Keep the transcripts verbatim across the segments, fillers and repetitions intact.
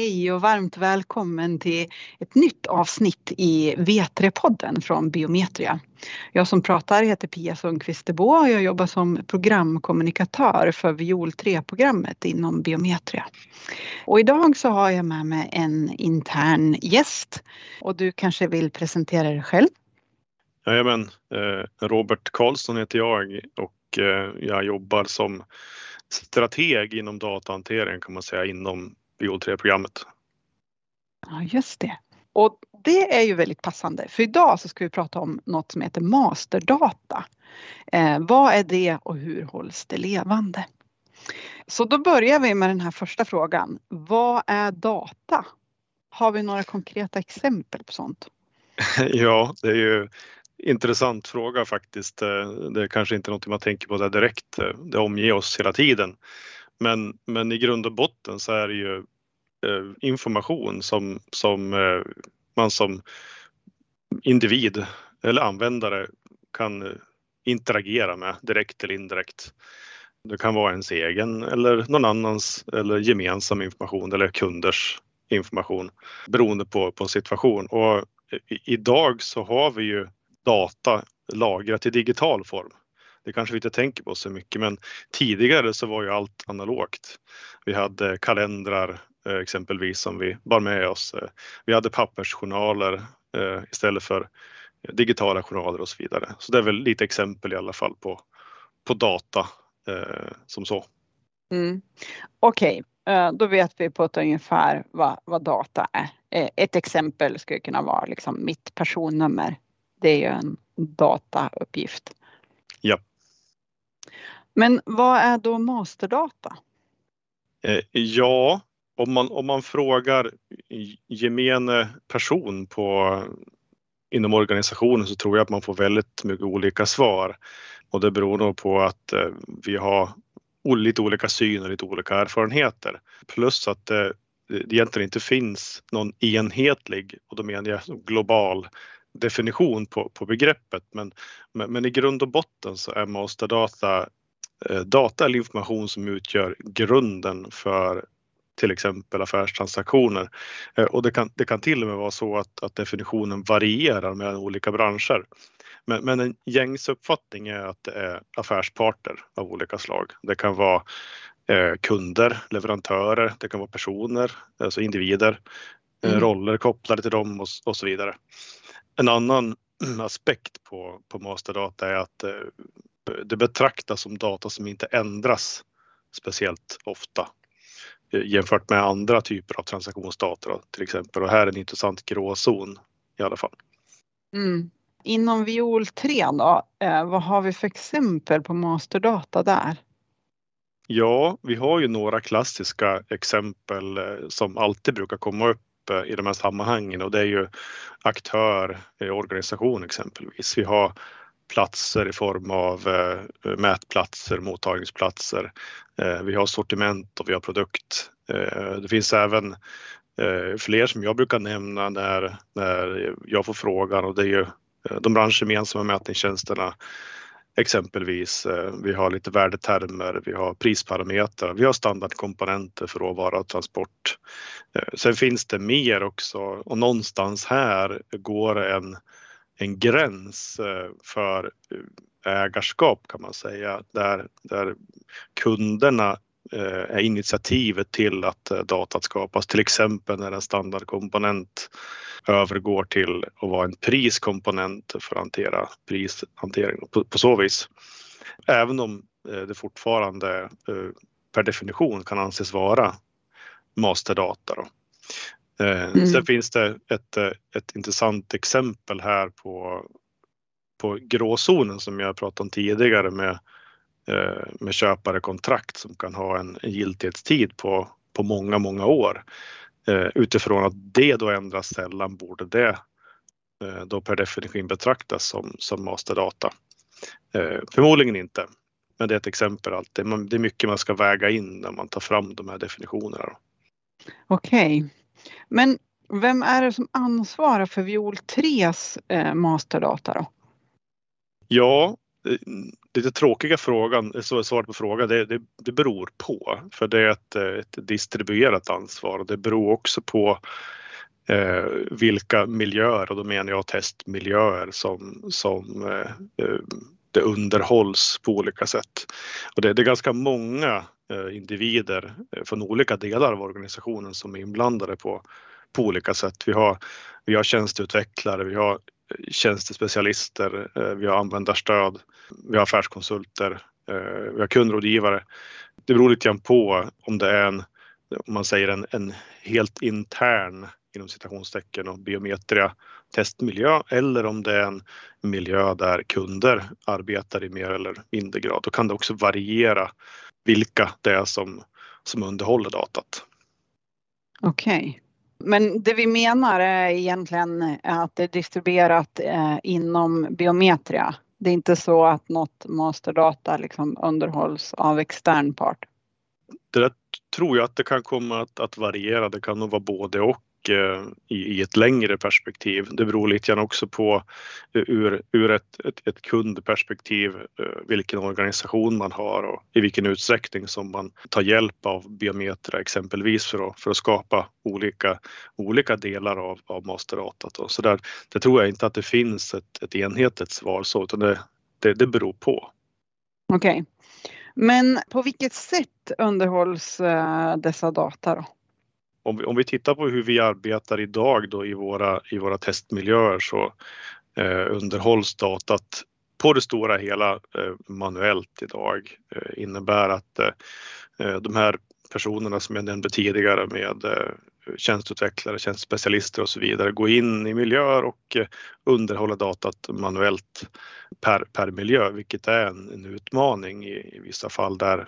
Hej och varmt välkommen till ett nytt avsnitt i V tre-podden från Biometria. Jag som pratar heter Pia Sundqvist-Debo och jag jobbar som programkommunikatör för Viol tre-programmet inom Biometria. Och idag så har jag med mig en intern gäst och du kanske vill presentera dig själv? Jajamän, eh, Robert Karlsson heter jag och eh, jag jobbar som strateg inom datahantering kan man säga inom Viol tre-programmet. Ja, just det. Och det är ju väldigt passande, för idag så ska vi prata om något som heter masterdata. Eh, vad är det och hur hålls det levande? Så då börjar vi med den här första frågan. Vad är data? Har vi några konkreta exempel på sånt? Ja, det är ju en intressant fråga faktiskt. Det är kanske inte något man tänker på där direkt. Det omger oss hela tiden. Men, men i grund och botten så är det ju information som, som man som individ eller användare kan interagera med direkt eller indirekt. Det kan vara ens egen eller någon annans eller gemensam information eller kunders information beroende på, på situation. Och i, idag så har vi ju data lagrat i digital form. Det kanske vi inte tänker på så mycket, men tidigare så var ju allt analogt. Vi hade kalendrar exempelvis som vi bar med oss. Vi hade pappersjournaler istället för digitala journaler och så vidare. Så det är väl lite exempel i alla fall på, på data eh, som så. Mm. Okej, okay. Då vet vi på ett ungefär vad, vad data är. Ett exempel skulle kunna vara liksom mitt personnummer. Det är ju en datauppgift. Ja. Men vad är då masterdata? Eh, ja, om man, om man frågar gemene person på inom organisationen så tror jag att man får väldigt mycket olika svar. Och det beror nog på att eh, vi har lite olika syn och lite olika erfarenheter. Plus att det, det egentligen inte finns någon enhetlig, och då menar jag global definition på, på begreppet. Men, men, men i grund och botten så är masterdata eh, data eller information som utgör grunden för till exempel affärstransaktioner. Och det kan, det kan till och med vara så att, att definitionen varierar mellan olika branscher. Men, men en gängs uppfattning är att det är affärsparter av olika slag. Det kan vara eh, kunder, leverantörer, det kan vara personer, alltså individer, mm. eh, roller kopplade till dem och, och så vidare. En annan aspekt på, på masterdata är att eh, det betraktas som data som inte ändras speciellt ofta jämfört med andra typer av transaktionsdata till exempel. Och här är en intressant gråzon i alla fall. Mm. Inom Viol tre då, eh, vad har vi för exempel på masterdata där? Ja, vi har ju några klassiska exempel eh, som alltid brukar komma upp eh, i de här sammanhangen, och det är ju aktör, eh, organisation exempelvis. Vi har platser i form av eh, mätplatser, mottagningsplatser. Eh, vi har sortiment och vi har produkt. Eh, det finns även eh, fler som jag brukar nämna när, när jag får frågan, och det är ju eh, de branschgemensamma mätningstjänsterna. Exempelvis, eh, vi har lite värdetermer, vi har prisparametrar, vi har standardkomponenter för råvara och transport. Eh, sen finns det mer också, och någonstans här går en en gräns för ägarskap kan man säga, där, där kunderna är initiativet till att datat skapas. Till exempel när en standardkomponent övergår till att vara en priskomponent för att hantera prishantering på, på så vis. Även om det fortfarande per definition kan anses vara masterdata då. Mm. Sen finns det ett, ett intressant exempel här på, på gråzonen som jag pratade om tidigare med, med köparekontrakt som kan ha en giltighetstid på, på många, många år. Utifrån att det då ändras sällan borde det då per definition betraktas som, som masterdata. Förmodligen inte, men det är ett exempel alltid. Det är mycket man ska väga in när man tar fram de här definitionerna. Okej. Okay. Men vem är det som ansvarar för Viol tres eh, masterdata då? Ja, lite tråkiga frågan, så svaret på frågan, det, det, det beror på. För det är ett, ett distribuerat ansvar och det beror också på eh, vilka miljöer, och då menar jag testmiljöer som, som eh, det underhålls på olika sätt. Och det, det är ganska många eh, individer från olika delar av organisationen som är inblandade på, på olika sätt. Vi har, vi har tjänsteutvecklare, vi har tjänstespecialister, vi har användarstöd, vi har affärskonsulter, vi har kundrådgivare. Det beror lite grann på om det är en, om man säger en, en helt intern inom citationstecken och biometria testmiljö, eller om det är en miljö där kunder arbetar i mer eller mindre grad. Då kan det också variera vilka det är som, som underhåller datat. Okej. Okay. Men det vi menar är egentligen att det är distribuerat eh, inom biometria. Det är inte så att något masterdata liksom underhålls av extern part. Det där tror jag att det kan komma att, att variera. Det kan nog vara både och eh, i, i ett längre perspektiv. Det beror lite grann också på uh, ur, ur ett, ett, ett kundperspektiv uh, vilken organisation man har och i vilken utsträckning som man tar hjälp av biometria exempelvis för att, för att skapa olika, olika delar av, av masterdatat. Så där, det tror jag inte att det finns ett, ett enhetligt svar så, utan det, det, det beror på. Okej. Okay. Men på vilket sätt underhålls uh, dessa data då? Om vi, om vi tittar på hur vi arbetar idag då i våra, i våra testmiljöer så eh, underhålls datat på det stora hela eh, manuellt idag. Eh, innebär att eh, de här personerna som jag nämnde tidigare med eh, tjänsteutvecklare, tjänstespecialister och så vidare går in i miljöer och eh, underhåller datat manuellt per, per miljö, vilket är en, en utmaning i, i vissa fall där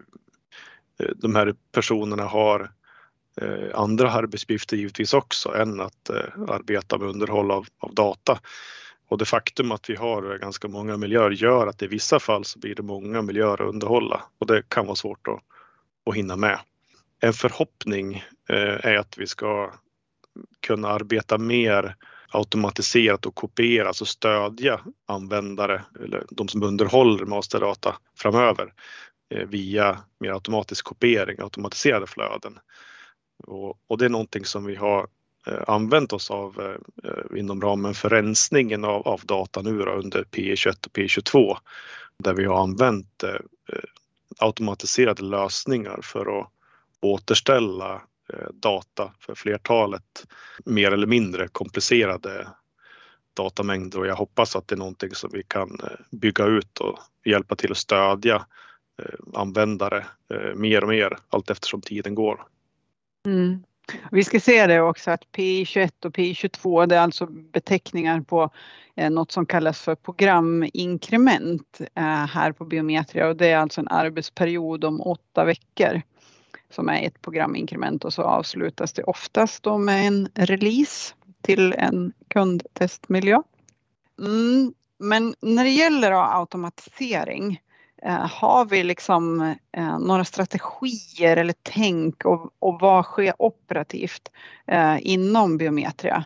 eh, de här personerna har andra arbetsuppgifter givetvis också än att eh, arbeta med underhåll av, av data. Och det faktum att vi har ganska många miljöer gör att i vissa fall så blir det många miljöer att underhålla och det kan vara svårt att, att hinna med. En förhoppning eh, är att vi ska kunna arbeta mer automatiserat och kopiera, alltså stödja användare eller de som underhåller masterdata framöver eh, via mer automatisk kopiering, automatiserade flöden. Och, och det är någonting som vi har eh, använt oss av eh, inom ramen för rensningen av, av data nu då, under P E tjugoett och P E tjugotvå. Där vi har använt eh, automatiserade lösningar för att återställa eh, data för flertalet mer eller mindre komplicerade datamängder. Och jag hoppas att det är någonting som vi kan eh, bygga ut och hjälpa till att stödja eh, användare eh, mer och mer allt eftersom tiden går. Mm. Vi ska se det också att P E tjugoett och P E tjugotvå det är alltså beteckningar på eh, något som kallas för programinkrement eh, här på biometria och det är alltså en arbetsperiod om åtta veckor som är ett programinkrement och så avslutas det oftast då med en release till en kundtestmiljö. Mm. Men när det gäller då automatisering Eh, har vi liksom eh, några strategier eller tänk och, och vad sker operativt eh, inom biometria?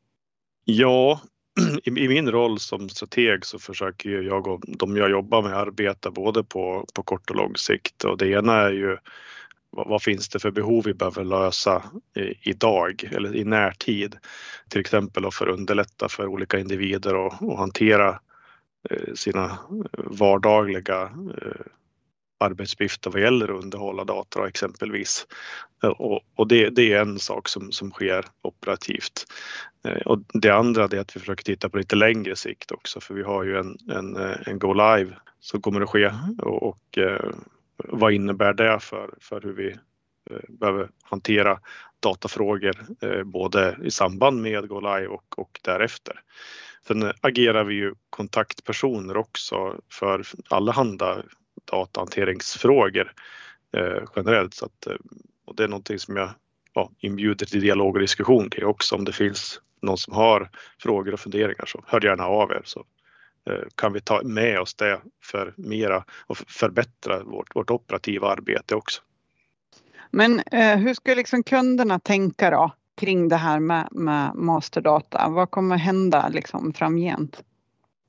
Ja, i, i min roll som strateg så försöker jag och de jag jobbar med arbeta både på, på kort och lång sikt. Och det ena är ju vad, vad finns det för behov vi behöver lösa i, idag eller i närtid. Till exempel för att underlätta för olika individer att, att hantera sina vardagliga eh, arbetsuppgifter vad gäller att underhålla data exempelvis. Och, och det, det är en sak som, som sker operativt. Eh, och det andra är att vi försöker titta på lite längre sikt också för vi har ju en, en, en go live som kommer att ske och, och eh, vad innebär det för, för hur vi eh, behöver hantera datafrågor eh, både i samband med go live och, och därefter. Sen agerar vi ju kontaktpersoner också för allehanda datahanteringsfrågor eh, generellt. Så att, och det är någonting som jag ja, inbjuder till dialog och diskussion kring också. Om det finns någon som har frågor och funderingar så hör gärna av er så eh, kan vi ta med oss det för mera och förbättra vårt, vårt operativa arbete också. Men eh, hur ska liksom kunderna tänka då? Kring det här med, med masterdata. Vad kommer hända liksom framgent?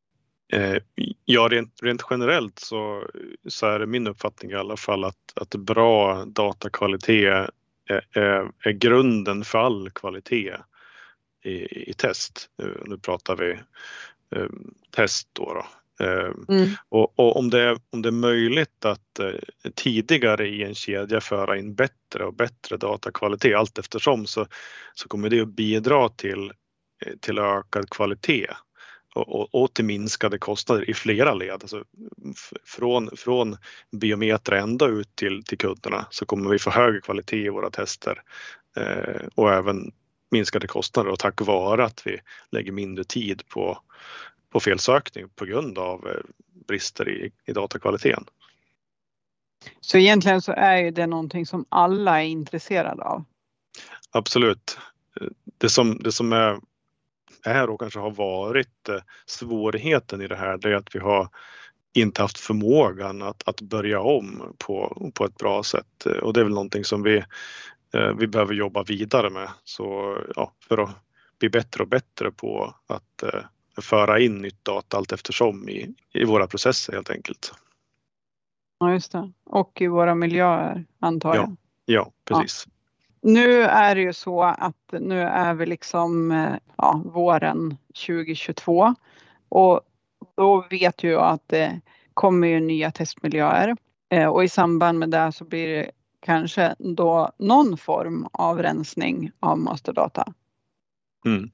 Eh, ja, rent, rent generellt så, så är det min uppfattning i alla fall att, att bra datakvalitet är, är, är grunden för all kvalitet i, i test. Nu pratar vi eh, test då. då. Eh, Mm. och, och om, det är, om det är möjligt att eh, tidigare i en kedja föra in bättre och bättre datakvalitet allt eftersom så, så kommer det att bidra till, till ökad kvalitet. Och, och, och till minskade kostnader i flera led. Alltså från, från biometri ända ut till, till kunderna så kommer vi få högre kvalitet i våra tester eh, och även minskade kostnader och tack vare att vi lägger mindre tid på, på felsökning på grund av eh, brister i, i datakvaliteten. Så egentligen så är ju det någonting som alla är intresserade av. Absolut. Det som, det som är är och kanske har varit svårigheten i det här, det är att vi har inte haft förmågan att, att börja om på, på ett bra sätt. Och det är väl någonting som vi, vi behöver jobba vidare med. Så ja, för att bli bättre och bättre på att föra in nytt data allt eftersom i, i våra processer helt enkelt. Ja, just det. Och i våra miljöer, antar jag. Ja, ja precis. Ja. Nu är det ju så att nu är vi liksom ja, våren tjugohundratjugotvå och då vet ju jag att det kommer ju nya testmiljöer och i samband med det så blir det kanske då någon form av rensning av masterdata. Mm.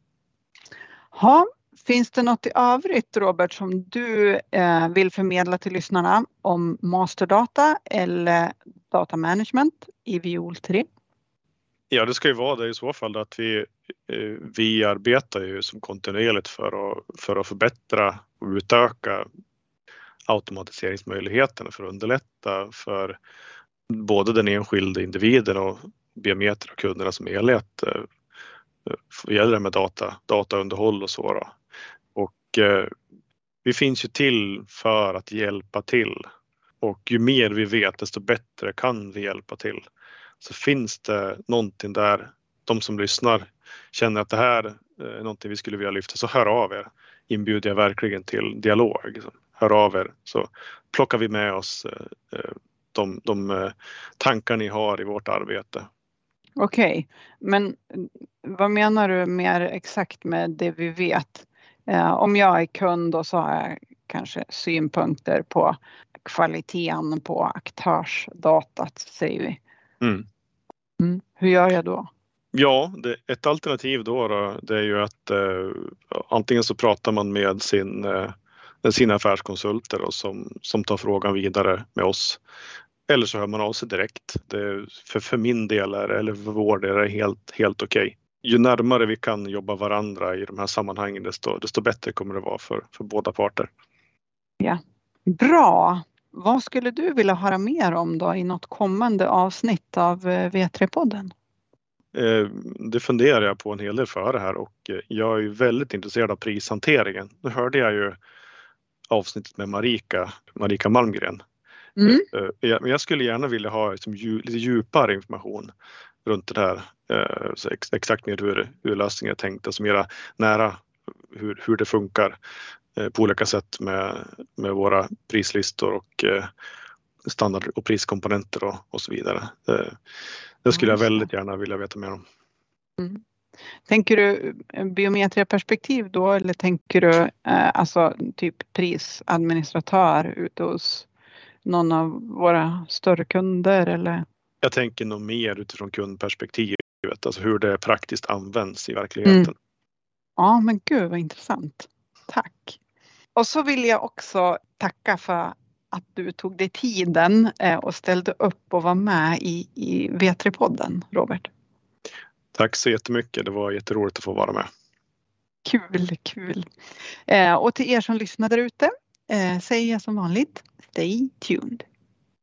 Ja, finns det något i övrigt, Robert, som du eh, vill förmedla till lyssnarna om masterdata eller datamanagement i Viol tre? Ja, det ska ju vara det i så fall att vi, vi arbetar ju som kontinuerligt för att, för att förbättra och utöka automatiseringsmöjligheterna för att underlätta för både den enskilde individen och biometri och kunderna som helhet. Det gäller det med data, dataunderhåll och så då. Och eh, vi finns ju till för att hjälpa till och ju mer vi vet desto bättre kan vi hjälpa till. Så finns det någonting där de som lyssnar känner att det här är någonting vi skulle vilja lyfta, så hör av er. Inbjuder jag verkligen till dialog. Hör av er så plockar vi med oss de, de tankar ni har i vårt arbete. Okej, okay. Men vad menar du mer exakt med det vi vet? Om jag är kund och så har jag kanske synpunkter på kvaliteten på aktörsdatat, säger vi. Mm. Mm. Hur gör jag då? Ja, det, ett alternativ då, då det är ju att eh, antingen så pratar man med sin, eh, sina affärskonsulter då, som, som tar frågan vidare med oss. Eller så hör man av sig direkt. Det, för, för min del är, eller för vår del är det helt, helt okej. Okay. Ju närmare vi kan jobba varandra i de här sammanhangen desto, desto bättre kommer det vara för, för båda parter. Ja, bra. Vad skulle du vilja höra mer om då i något kommande avsnitt av V tre-podden? Det funderar jag på en hel del för det här och jag är ju väldigt intresserad av prishanteringen. Nu hörde jag ju avsnittet med Marika, Marika Malmgren. Mm. Men jag skulle gärna vilja ha liksom lite djupare information runt det här. Så exakt med hur, hur lösningen är tänkt och så mera nära hur, hur det funkar på olika sätt med, med våra prislistor och standard- och priskomponenter och, och så vidare. Det, det skulle jag väldigt gärna vilja veta mer om. Mm. Tänker du biometriperspektiv då eller tänker du eh, alltså typ prisadministratör ute hos någon av våra större kunder eller? Jag tänker nog mer utifrån kundperspektivet, alltså hur det praktiskt används i verkligheten. Mm. Ja, men gud vad intressant. Tack. Och så vill jag också tacka för att du tog dig tiden och ställde upp och var med i, i V tre-podden, Robert. Tack så jättemycket. Det var jätteroligt att få vara med. Kul, kul. Och till er som lyssnar där ute säger jag som vanligt, stay tuned.